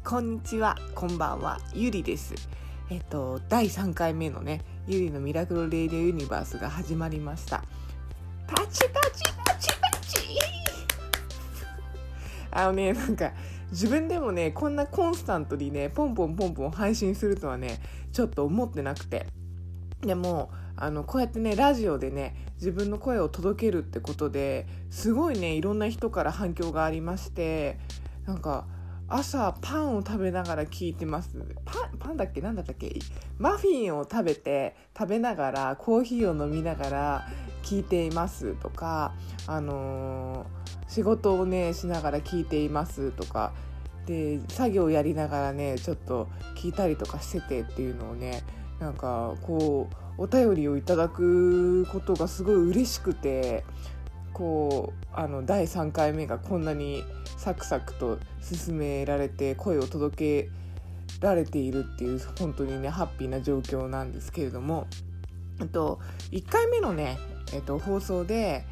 こんにちは、こんばんは、ゆりです。第3回目のね、ゆりのミラクルレイディオユニバースが始まりました。パチパチパチパチなんか自分でもね、こんなコンスタントにね、ポンポン配信するとはね、ちょっと思ってなくて。でもこうやってね、ラジオでね、自分の声を届けるってことですごいね、いろんな人から反響がありまして、なんか朝パンを食べながら聞いてます。パンだっけ、なんだったっけ、マフィンを食べながらコーヒーを飲みながら聞いていますとか、仕事をねしながら聞いていますとかで、作業をやりながらねちょっと聞いたりとかしててっていうのをね、なんかこうお便りをいただくことがすごい嬉しくて、こう第3回目がこんなにサクサクと進められて声を届けられているっていう、本当にねハッピーな状況なんですけれども、1回目のね、放送で、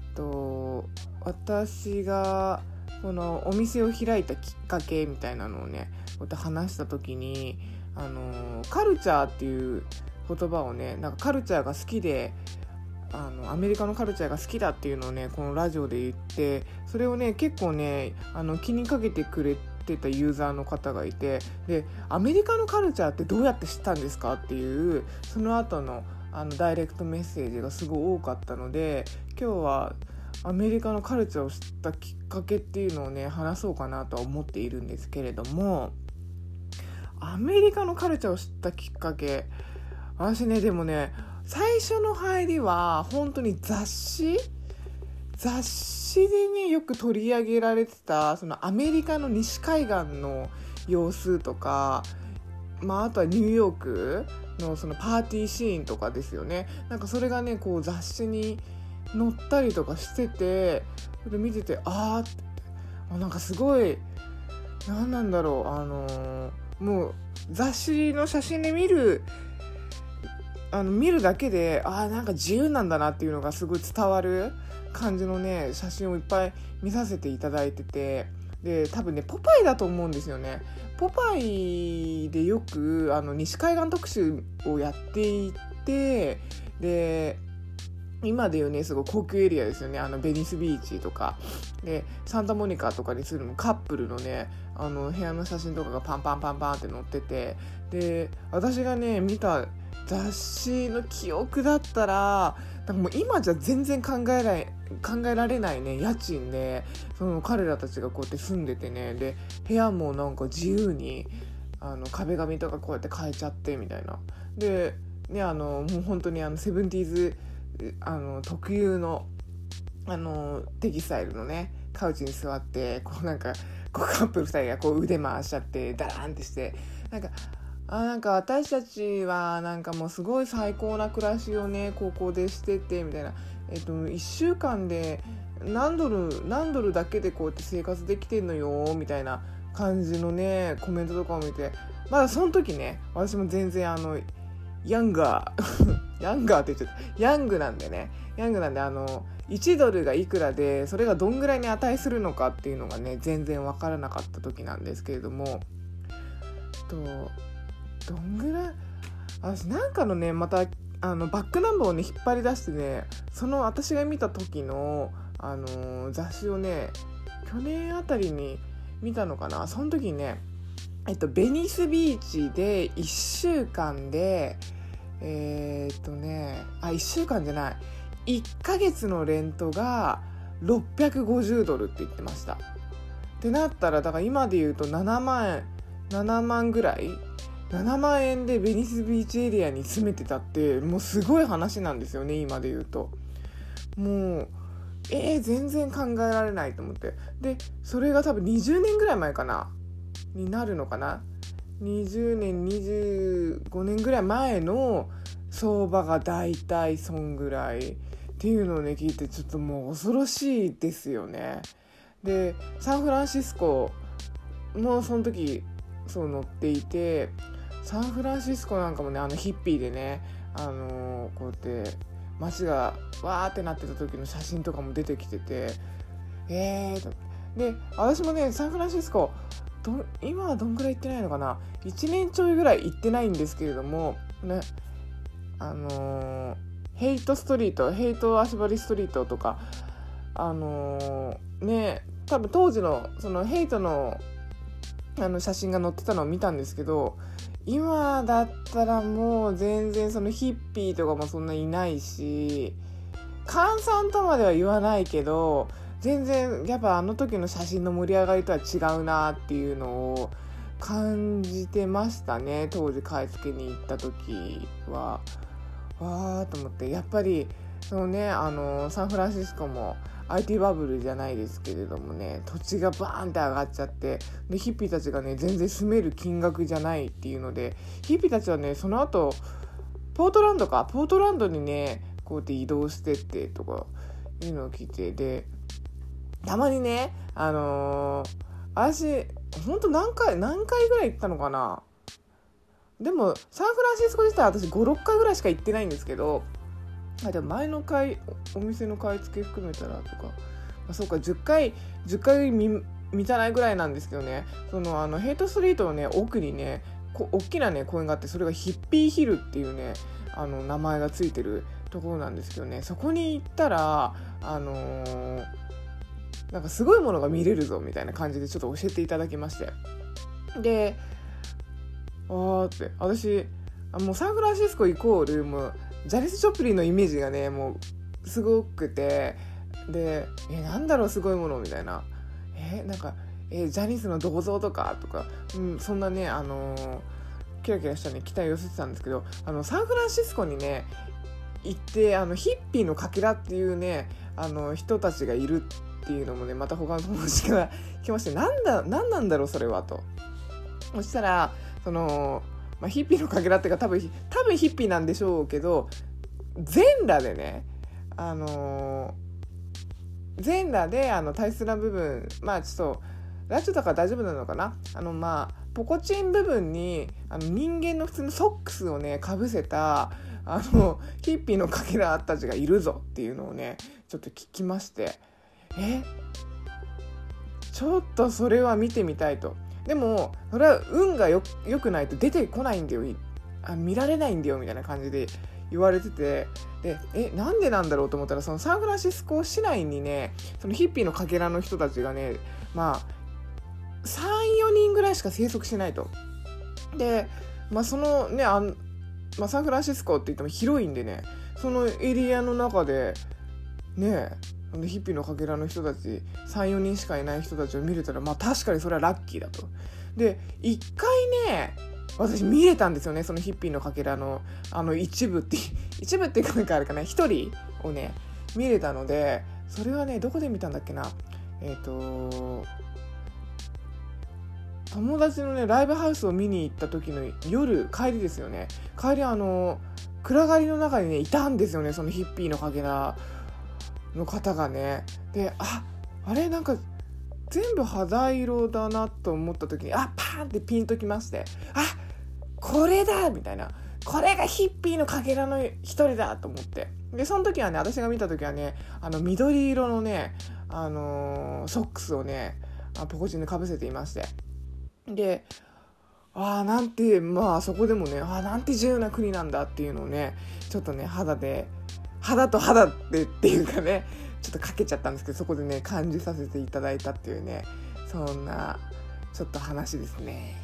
私がこのお店を開いたきっかけみたいなのをね話した時に、カルチャーっていう言葉をね、なんかカルチャーが好きで、アメリカのカルチャーが好きだっていうのをねこのラジオで言って、それをね結構ね気にかけてくれてたユーザーの方がいて、でアメリカのカルチャーってどうやって知ったんですかっていう、その後のダイレクトメッセージがすごい多かったので、今日はアメリカのカルチャーを知ったきっかけっていうのをね話そうかなとは思っているんですけれども、アメリカのカルチャーを知ったきっかけ、私ねでもね最初の入りは本当に雑誌でねよく取り上げられてた、そのアメリカの西海岸の様子とか、あとはニューヨークのそのパーティーシーンとかですよね。なんかそれがねこう雑誌に載ったりとかしてて、それ見ててなんかすごい何なんだろう、もう雑誌の写真で見るだけでなんか自由なんだなっていうのがすごい伝わる感じのね写真をいっぱい見させていただいてて、で多分ねポパイだと思うんですよね。ポパイでよく西海岸特集をやっていて、で今でいうねすごい高級エリアですよね。ベニスビーチとかでサンタモニカとかにするのカップルのね部屋の写真とかがパンパンって載ってて、で私がね見た雑誌の記憶だったら、なんかもう今じゃ全然考えられないね家賃で、その彼らたちがこうやって住んでてね、で部屋もなんか自由に壁紙とかこうやって変えちゃってみたいな、でねもう本当にセブンティーズ特有のテキスタイルのねカウチに座ってこうなんかこうカップル2人がこう腕回しちゃってダラーンってして、なんか私たちはなんかもうすごい最高な暮らしをねここでしててみたいな、1週間で何ドルだけでこうやって生活できてんのよみたいな感じのねコメントとかを見て、まだその時ね私も全然ヤングって言っちゃった、ヤングなんで1ドルがいくらでそれがどんぐらいに値するのかっていうのがね全然分からなかった時なんですけれども、どんぐらい私なんかのねまたバックナンバーをね引っ張り出してね、その私が見た時の雑誌をね去年あたりに見たのかな。その時にねベニスビーチで1週間で1週間じゃない1ヶ月のレントが650ドルって言ってました。ってなったらだから今で言うと7万ぐらい、7万円でベニスビーチエリアに住めてたってもうすごい話なんですよね。今で言うともう全然考えられないと思って、でそれが多分20年ぐらい前かなになるのかな、20年25年ぐらい前の相場がだいたいそんぐらいっていうのをね聞いて、ちょっともう恐ろしいですよね。でサンフランシスコもその時そう乗っていて、サンフランシスコなんかもねヒッピーでねこうやって街がわーってなってた時の写真とかも出てきててで私もねサンフランシスコ今はどんぐらい行ってないのかな、1年ちょいぐらい行ってないんですけれどもね、ヘイトストリート、ヘイト足張ストリートとかね、多分当時のそのヘイトの写真が載ってたのを見たんですけど、今だったらもう全然そのヒッピーとかもそんないないし、閑散とまでは言わないけど、全然やっぱあの時の写真の盛り上がりとは違うなっていうのを感じてましたね。当時買い付けに行った時はわーと思って、やっぱりそのねサンフランシスコも IT バブルじゃないですけれどもね、土地がバーンって上がっちゃって、でヒッピーたちがね全然住める金額じゃないっていうので、ヒッピーたちはねその後ポートランドにねこうやって移動してってとかいうのを聞いて、でたまにね私ほんと何回ぐらい行ったのかな、でもサンフランシスコ自体は私 5,6 回ぐらいしか行ってないんですけど、でも前のお店の買い付け含めたらとか、そうか10回満たないぐらいなんですけどね、そのヘイトストリートのね奥にね大きなね公園があって、それがヒッピーヒルっていうね名前がついてるところなんですけどね、そこに行ったらなんかすごいものが見れるぞみたいな感じでちょっと教えていただきまして、でって私もうサンフランシスコイコールもうジャニス・ジョプリンのイメージがねもうすごくて、でなんだろうすごいものみたいな、なんかジャニスの銅像とか、そんなねキラキラしたね期待を寄せてたんですけど、サンフランシスコにね行ってヒッピーのかけらっていうね人たちがいるっていうのもねまた他の友達から来まして、何なんだろうそれはと。そしたらヒッピーのかけらっていうか多分ヒッピーなんでしょうけど、全裸でね全裸で大切な部分、ちょっとラジオだから大丈夫なのかな、ポコチン部分に人間の普通のソックスをねかぶせたヒッピーのかけらたちがいるぞっていうのをねちょっと聞きまして、ちょっとそれは見てみたいと。でもそれは運が良くないと出てこないんだよ、見られないんだよみたいな感じで言われてて、でなんでなんだろうと思ったら、そのサンフランシスコ市内にねそのヒッピーのかけらの人たちがね3、4人ぐらいしか生息してないと。でそのねサンフランシスコって言っても広いんでね、そのエリアの中でねヒッピーのかけらの人たち 3,4 人しかいない人たちを見れたら確かにそれはラッキーだと。で一回ね私見れたんですよね、そのヒッピーのかけらの一部っていうかなんかあれかな、一人をね見れたので、それはねどこで見たんだっけな、友達のねライブハウスを見に行った時の夜帰りですよね、暗がりの中にねいたんですよね、そのヒッピーのかけらの方がね。であれなんか全部肌色だなと思った時にパーンってピンときまして、これだみたいな、これがヒッピーのかけらの一人だと思って、でその時はね私が見た時はね緑色のねソックスをねポコチンでかぶせていまして、でなんてそこでもねなんて自由な国なんだっていうのをねちょっとね肌と肌でっていうかねちょっとかけちゃったんですけど、そこでね感じさせていただいたっていうね、そんなちょっと話ですね。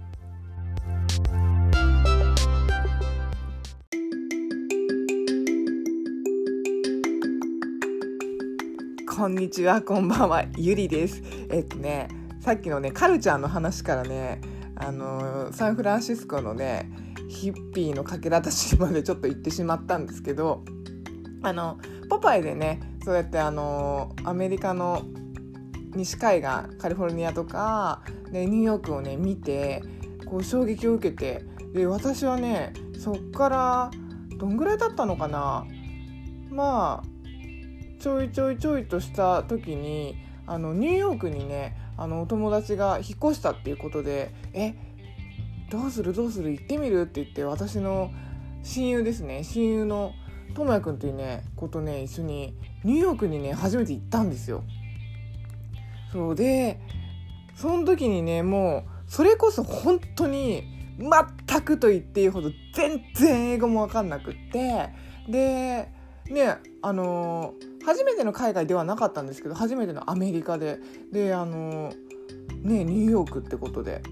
こんにちは、こんばんは、ゆりです。さっきのねカルチャーの話からねサンフランシスコのねヒッピーのかけらたちまでちょっと行ってしまったんですけど、ポパイでねそうやってアメリカの西海岸カリフォルニアとか、ね、ニューヨークをね見てこう衝撃を受けて、で私はねそっからどんぐらい経ったのかな、ちょいとした時にニューヨークにねお友達が引っ越したっていうことで、どうする行ってみるって言って、私の親友のともやくんというねことね一緒にニューヨークにね初めて行ったんですよ。そうでその時にねもうそれこそ本当に全くと言っていいほど全然英語も分かんなくって、でね初めての海外ではなかったんですけど、初めてのアメリカでニューヨークってことで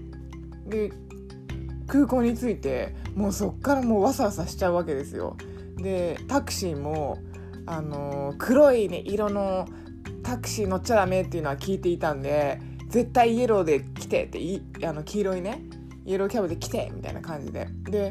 空港に着いて、もうそっからもうわさわさしちゃうわけですよ。でタクシーも黒いね色のタクシー乗っちゃダメっていうのは聞いていたんで、絶対イエローで来てって黄色いねイエローキャブで来てみたいな感じで、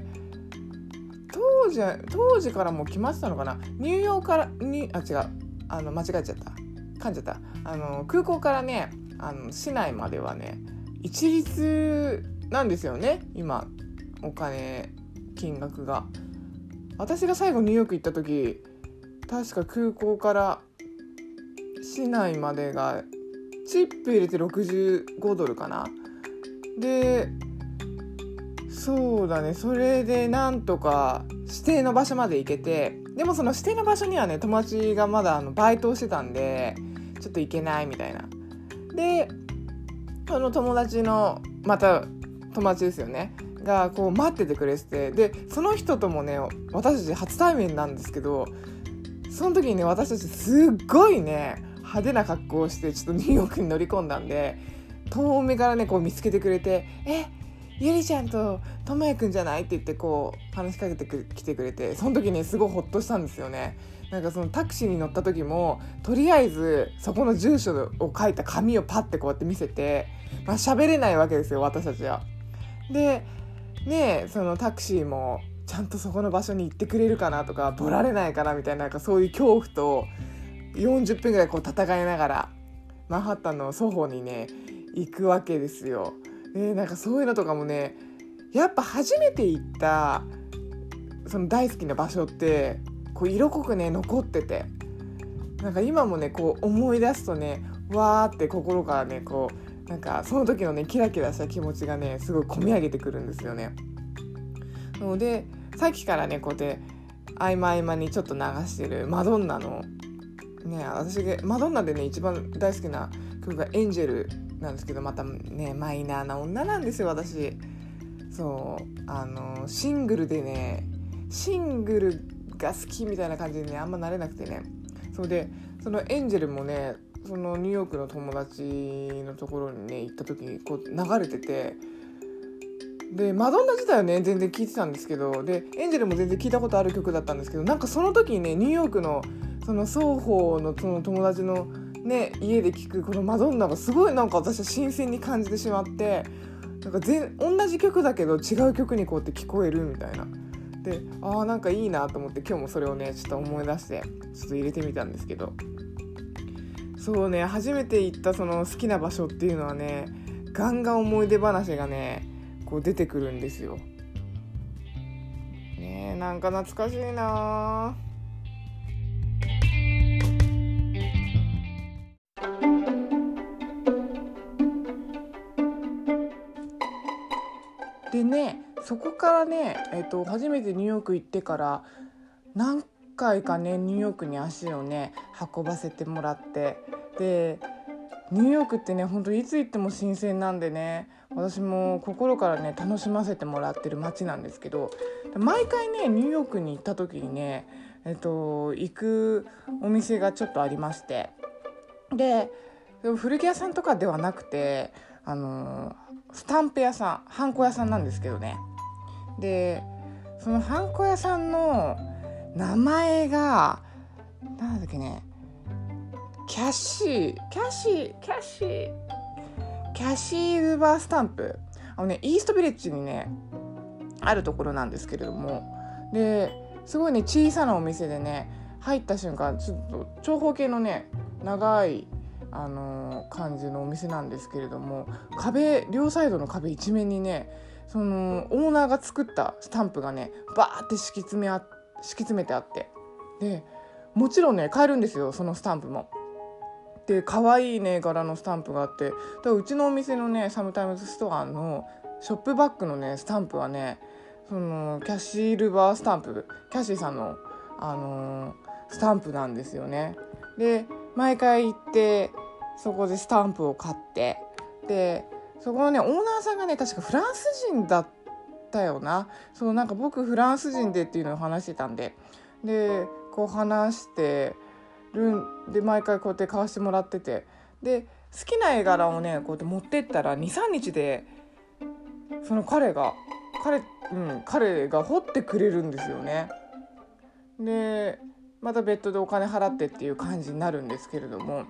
当時からもう決まってたのかな。ニューヨークから間違えちゃった噛んじゃった。空港からね市内まではね一律なんですよね、今金額が。私が最後ニューヨーク行った時、確か空港から市内までがチップ入れて65ドルかな。でそうだね、それでなんとか指定の場所まで行けて、でもその指定の場所にはね友達がまだバイトをしてたんでちょっと行けないみたいな。でその友達のまた友達ですよねがこう待っててくれてて、でその人ともね私たち初対面なんですけど、その時にね私たちすっごいね派手な格好をしてちょっとニューヨークに乗り込んだんで、遠目からねこう見つけてくれて、ゆりちゃんとともやくんじゃないって言ってこう話しかけてきてくれて、その時ねすごいホッとしたんですよね。なんかそのタクシーに乗った時もとりあえずそこの住所を書いた紙をパッてこうやって見せて、喋れないわけですよ私たちは。でねそのタクシーもちゃんとそこの場所に行ってくれるかなとか、取られないかなみたいな、そういう恐怖と40分ぐらいこう戦いながらマンハッタンの双方にね行くわけですよ。なんかそういうのとかもね、やっぱ初めて行ったその大好きな場所ってこう色濃くね残ってて、なんか今もねこう思い出すとねわーって心からねこうなんかその時のねキラキラした気持ちがねすごい込み上げてくるんですよね。のでさっきからねこうやって合間合間にちょっと流してるマドンナのね、私がマドンナでね一番大好きな曲がエンジェルなんですけど、またねマイナーな女なんですよ私。そうシングルが好きみたいな感じでねあんま慣れなくてね。そうでそのエンジェルもねそのニューヨークの友達のところにね行った時にこう流れてて、でマドンナ自体はね全然聴いてたんですけど、でエンジェルも全然聞いたことある曲だったんですけど、なんかその時にねニューヨークのその双方のその友達のね家で聴くこのマドンナがすごいなんか私は新鮮に感じてしまって、なんか同じ曲だけど違う曲にこうやって聞こえるみたいな。でなんかいいなと思って今日もそれをねちょっと思い出してちょっと入れてみたんですけど、そうね初めて行ったその好きな場所っていうのはねガンガン思い出話がねこう出てくるんですよね。なんか懐かしいな。でねそこからね、初めてニューヨーク行ってから何回かねニューヨークに足をね運ばせてもらって、でニューヨークってね本当いつ行っても新鮮なんでね、私も心からね楽しませてもらってる街なんですけど、毎回ねニューヨークに行った時にね、行くお店がちょっとありまして、で古着屋さんとかではなくてスタンプ屋さんハンコ屋さんなんですけどね。でそのハンコ屋さんの名前がなんだっけね、キャシールバースタンプ、イーストビレッジにねあるところなんですけれども、ですごいね小さなお店でね入った瞬間ちょっと長方形のね長い感じのお店なんですけれども、両サイドの壁一面にねそのオーナーが作ったスタンプがねバーって敷き詰めてあって、でもちろんね買えるんですよそのスタンプも。で可愛いね柄のスタンプがあって、だからうちのお店のねサムタイムズストアのショップバッグのねスタンプはねそのキャシールバースタンプ、キャシーさんの、スタンプなんですよね。で毎回行ってそこでスタンプを買って、 でそこのねオーナーさんがね確かフランス人だったよな。そうなんか僕フランス人でっていうのを話してたんでこう話してるんで毎回こうやって買わしてもらってて、で好きな絵柄をねこうやって持ってったら 2,3 日でその彼が彫ってくれるんですよね。でまた別途でお金払ってっていう感じになるんですけれども、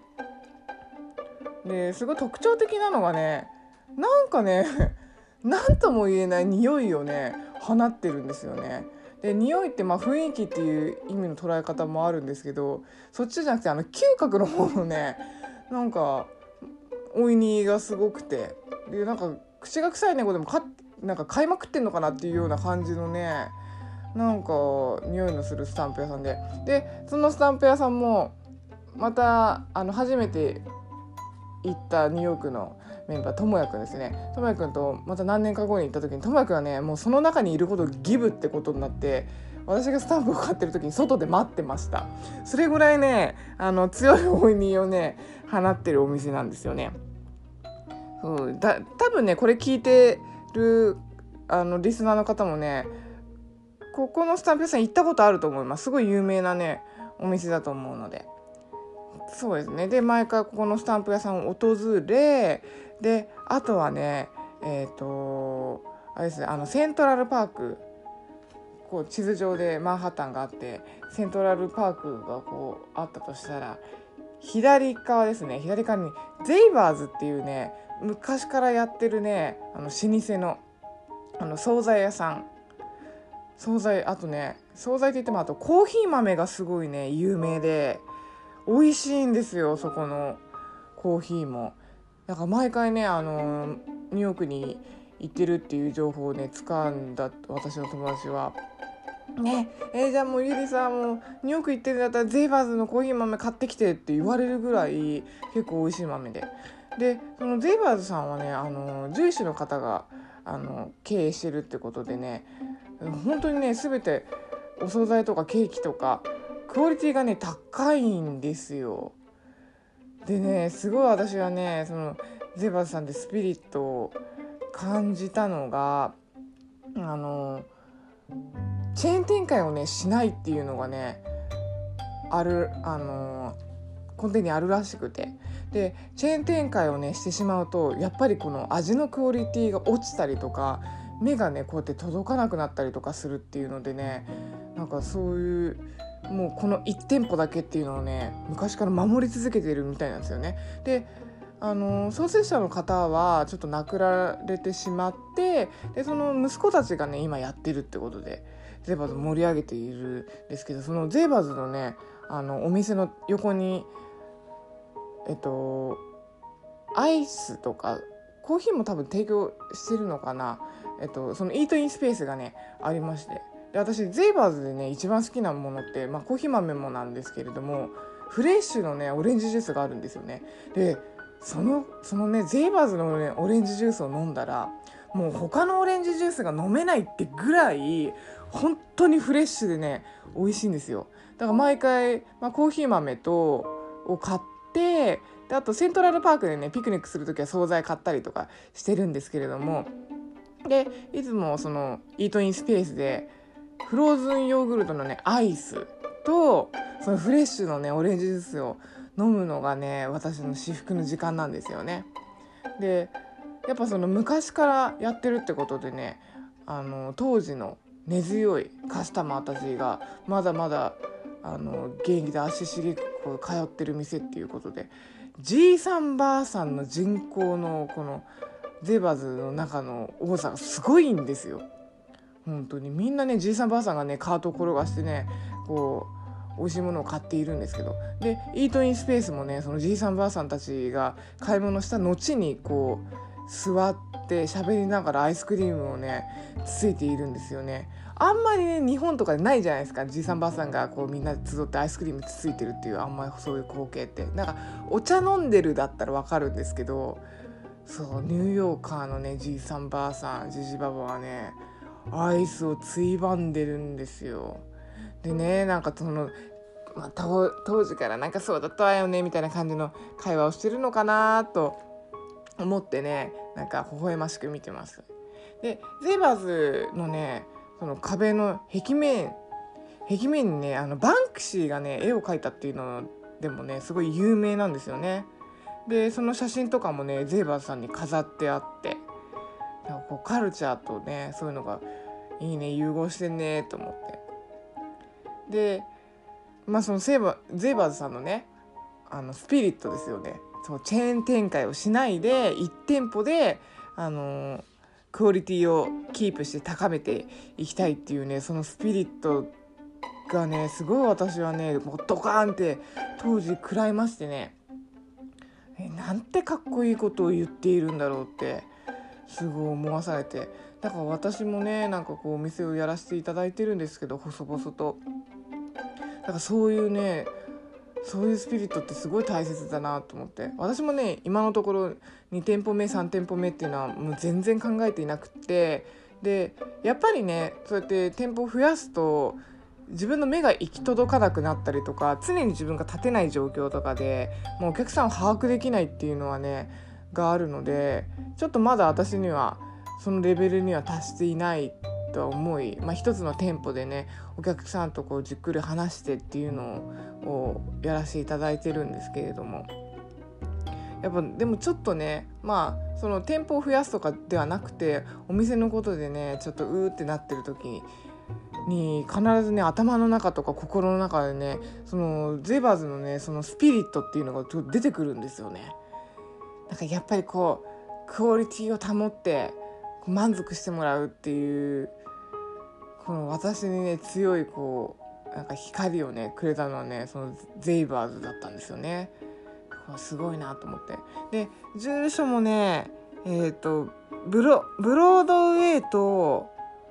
ですごい特徴的なのがねなんかね何とも言えない匂いをね放ってるんですよね。で匂いって雰囲気っていう意味の捉え方もあるんですけど、そっちじゃなくて嗅覚の方のねなんかおいにがすごくて、でなんか口が臭い猫でもなんか買いまくってんのかなっていうような感じのねなんか匂いのするスタンプ屋さんでそのスタンプ屋さんもまた初めて行ったニューヨークのメンバーともやくんですね。ともやくんとまた何年か後に行った時にともやくんはねもうその中にいることをギブってことになって、私がスタンプを買ってる時に外で待ってました。それぐらいね強いおいにをね放ってるお店なんですよね。多分ねこれ聞いてるリスナーの方もねここのスタンプ屋さん行ったことあると思います。すごい有名なねお店だと思うので。そうですね。で毎回ここのスタンプ屋さんを訪れ、であとはねあれですねセントラルパーク、こう地図上でマンハッタンがあってセントラルパークがこうあったとしたら左側ですね、左側にゼイバーズっていうね昔からやってるね老舗の惣菜屋さん、あとね惣菜って言ってもあとコーヒー豆がすごいね有名で美味しいんですよ、そこのコーヒーも。だから毎回ねニューヨークに行ってるっていう情報をね掴んだ私の友達はね、じゃあもうゆりさんもニューヨーク行ってるんだったらゼイバーズのコーヒー豆買ってきてって言われるぐらい結構美味しい豆で、そのゼイバーズさんはね獣医師の方が経営してるってことでね本当にね全てお惣菜とかケーキとかクオリティがね高いんですよ。でねすごい私はねそのゼイバーズさんでスピリットを感じたのがチェーン展開をねしないっていうのがね根底にあるらしくて、でチェーン展開をねしてしまうとやっぱりこの味のクオリティが落ちたりとか目がねこうやって届かなくなったりとかするっていうのでね、なんかそういうもうこの1店舗だけっていうのをね昔から守り続けているみたいなんですよね。で創設者の方はちょっと亡くなられてしまって、でその息子たちがね今やってるってことでゼイバーズ盛り上げているんですけど、そのゼイバーズのねお店の横にアイスとかコーヒーも多分提供してるのかな、そのイートインスペースがねありまして、で私ゼイバーズでね一番好きなものって、コーヒー豆もなんですけれどもフレッシュのねオレンジジュースがあるんですよね。でそのねゼイバーズの、ね、オレンジジュースを飲んだらもう他のオレンジジュースが飲めないってぐらい本当にフレッシュでね美味しいんですよ。だから毎回、コーヒー豆を買って、であとセントラルパークでねピクニックするときは惣菜買ったりとかしてるんですけれども、でいつもそのイートインスペースでフローズンヨーグルトのねアイスとそのフレッシュのねオレンジジュースを飲むのがね私の至福の時間なんですよね。でやっぱその昔からやってるってことでね当時の根強いカスタマーたちがまだまだ現役で足しげく通ってる店っていうことで、じいさんばあさんの人口のこのゼイバーズの中の多さがすごいんですよ。本当にみんなねじいさんばあさんがねカートを転がしてねこう美味しいものを買っているんですけど、でイートインスペースもねそのじいさんばあさんたちが買い物した後にこう座って喋りながらアイスクリームをねつついているんですよね。あんまりね日本とかでないじゃないですか、じいさんばあさんがこうみんなで集ってアイスクリームつついてるっていうあんまりそういう光景ってなんかお茶飲んでるだったらわかるんですけど、そうニューヨーカーのねじいさんばあさんじじばばはねアイスをついばんでるんですよ。でねなんかその、当時からなんかそうだったわよねみたいな感じの会話をしてるのかなと思ってね、なんか微笑ましく見てます。でゼイバーズのね、その壁の壁面にね、バンクシーがね絵を描いたっていうのでもねすごい有名なんですよね。でその写真とかもねゼイバーズさんに飾ってあって、なんかこうカルチャーとねそういうのがいいね、融合してんねと思って。でそのゼイバーズさんのねスピリットですよね。そうチェーン展開をしないで1店舗でクオリティをキープして高めていきたいっていうね、そのスピリットがねすごい私はねもうドカーンって当時食らいましてね、なんてかっこいいことを言っているんだろうってすごい思わされて、だから私もねなんかこうお店をやらせていただいてるんですけど、細々とだからそういうスピリットってすごい大切だなと思って、私もね今のところ2店舗目3店舗目っていうのはもう全然考えていなくて、でやっぱりねそうやって店舗を増やすと自分の目が行き届かなくなったりとか、常に自分が立てない状況とかでもうお客さんを把握できないっていうのはねがあるので、ちょっとまだ私にはそのレベルには達していないと思い、一つの店舗でねお客さんとこうじっくり話してっていうのをやらせていただいてるんですけれども、やっぱでもちょっとねその店舗を増やすとかではなくて、お店のことでねちょっとってなってる時に必ずね頭の中とか心の中でねそのゼイバーズのねそのスピリットっていうのが出てくるんですよね。なんかやっぱりこうクオリティを保って満足してもらうっていうこの私にね強いこうなんか光をねくれたのはねそのゼイバーズだったんですよね。すごいなと思って。で住所もねブロードウェイと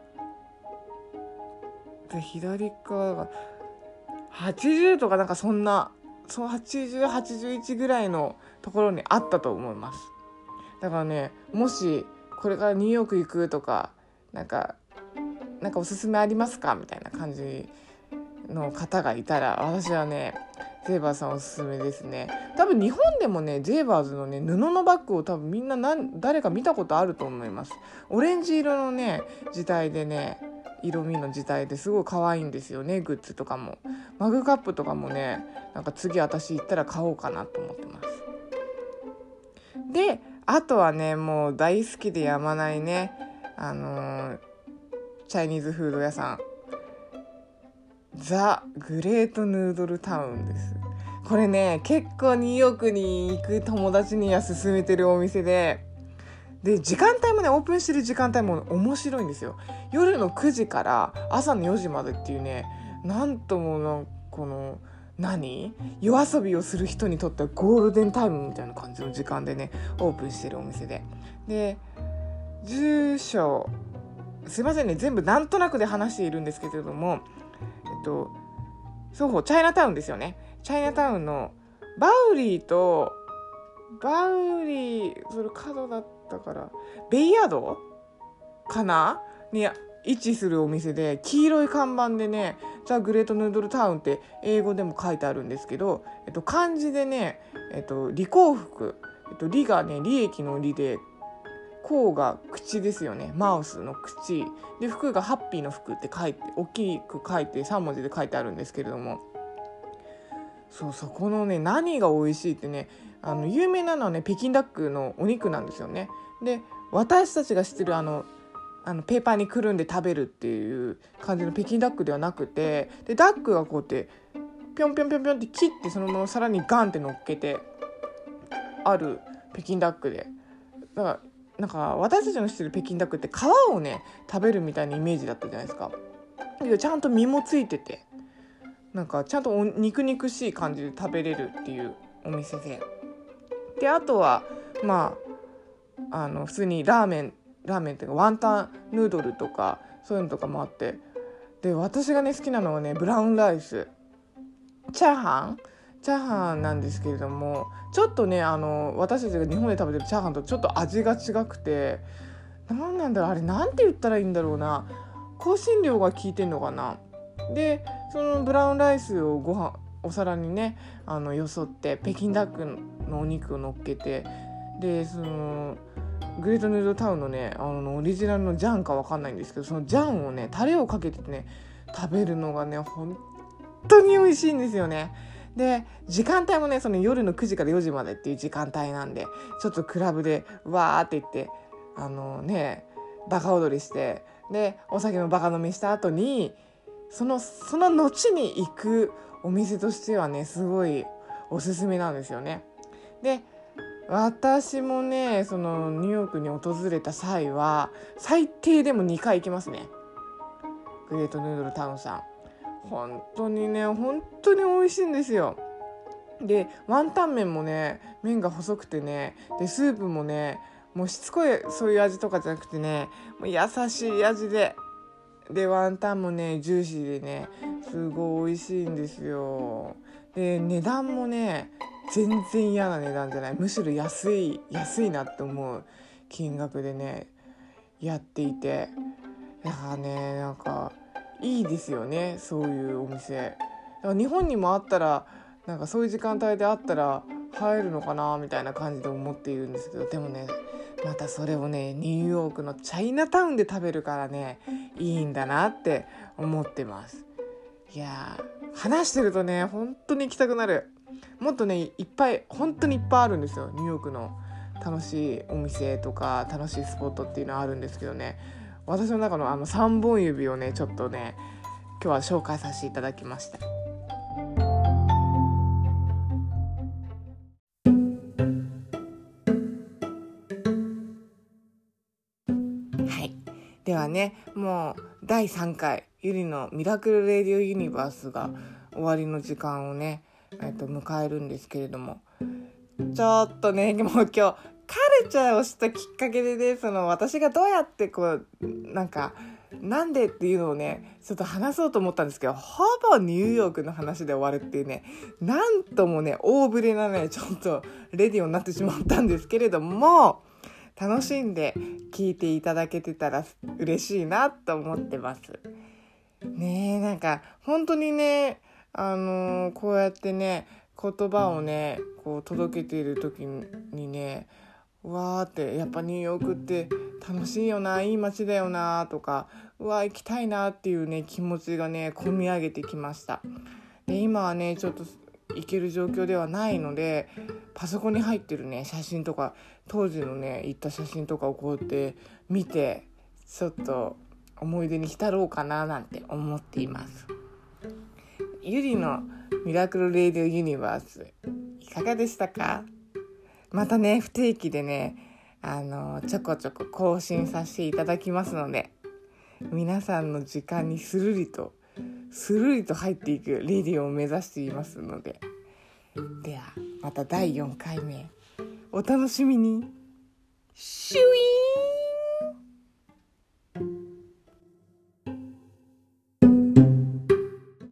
で左側が80とかなんかそんな80、81ぐらいのところにあったと思います。だからねもしこれからニューヨーク行くとかなんかおすすめありますかみたいな感じの方がいたら、私はねゼイバーさんおすすめですね。多分日本でもねゼイバーズのね布のバッグを多分みんな誰か見たことあると思います。オレンジ色のね字体でね色味の字体ですごい可愛いんですよね。グッズとかもマグカップとかもねなんか次私行ったら買おうかなと思ってます。であとはねもう大好きでやまないねチャイニーズフード屋さんザ・グレートヌードルタウンです。これね結構ニューヨークに行く友達には勧めてるお店で時間帯もねオープンしてる時間帯も面白いんですよ。夜の9時から朝の4時までっていうね、なんともこの夜遊びをする人にとってはゴールデンタイムみたいな感じの時間でねオープンしてるお店で住所すいませんね全部なんとなくで話しているんですけれども、そうチャイナタウンですよね。チャイナタウンのバウリーそれ角だったからベイヤードかなに位置するお店で、黄色い看板でねザ・グレートヌードルタウンって英語でも書いてあるんですけど、漢字でね利口福、利がね利益の利で口が口ですよね。マウスの口で福がハッピーの福って書いて大きく書いて3文字で書いてあるんですけれども、そこのね何が美味しいってね有名なのはね北京ダックのお肉なんですよね。で私たちが知ってるペーパーにくるんで食べるっていう感じの北京ダックではなくて、でダックがこうやってぴょんぴょんぴょんぴょんって切ってそのままさらにガンって乗っけてある北京ダックで、だからなんか私たちの知ってる北京ダックって皮をね食べるみたいなイメージだったじゃないですか。ちゃんと身もついててなんかちゃんと肉々しい感じで食べれるっていうお店で、あとは普通にラーメンっていうかワンタンヌードルとかそういうのとかもあって、で私がね好きなのはねブラウンライスチャーハンなんですけれども、ちょっとね私たちが日本で食べてるチャーハンとちょっと味が違くて、なんなんだろうあれなんて言ったらいいんだろうな、香辛料が効いてんのかな。でそのブラウンライスをお皿にねよそって北京ダックのお肉を乗っけて、 でそのグレートヌードルタウンのねオリジナルのジャンかわかんないんですけど、そのジャンをねタレをかけてね食べるのがね本当に美味しいんですよね。で時間帯もねその夜の9時から4時までっていう時間帯なんで、ちょっとクラブでわーって言ってバカ踊りして、でお酒もバカ飲みした後にその後に行くお店としてはねすごいおすすめなんですよね。で私もねそのニューヨークに訪れた際は最低でも2回行きますね、グレートヌードルタウンさん。本当に美味しいんですよ。でワンタン麺もね麺が細くてね、でスープもねもうしつこいそういう味とかじゃなくてね、もう優しい味でワンタンもねジューシーでねすごい美味しいんですよ。で値段もね全然嫌な値段じゃない、むしろ安いなって思う金額でねやっていて、だからねなんかいいですよね、そういうお店。だから日本にもあったらなんかそういう時間帯であったら入るのかなみたいな感じで思っているんですけど、でもねまたそれをねニューヨークのチャイナタウンで食べるからねいいんだなって思ってます。いや話してるとね本当に行きたくなる。もっとね本当にいっぱいあるんですよ、ニューヨークの楽しいお店とか楽しいスポットっていうのはあるんですけどね、私の中の3本指をねちょっとね今日は紹介させていただきました。はい、ではねもう第3回ゆりのミラクルレディオユニバースが終わりの時間をね、迎えるんですけれども、ちょっとねもう今日カルチャーを知ったきっかけでね、その私がどうやってなんでっていうのをねちょっと話そうと思ったんですけど、ほぼニューヨークの話で終わるっていうね、なんともね大ぶれなねちょっとレディオになってしまったんですけれども、楽しんで聞いていただけてたら嬉しいなと思ってますね。なんか本当にねこうやってね言葉をねこう届けている時にね、うわーってやっぱニューヨークって楽しいよな、いい街だよなとか、うわ行きたいなっていうね気持ちがね込み上げてきました。で今はねちょっと行ける状況ではないので、パソコンに入ってるね写真とか当時のね行った写真とかをこうやって見てちょっと思い出に浸ろうかななんて思っています。ゆりのミラクルレディオユニバースいかがでしたか？またね不定期でねちょこちょこ更新させていただきますので、皆さんの時間にスルリと入っていくレディオを目指していますので、ではまた第4回目お楽しみに。シュイーン。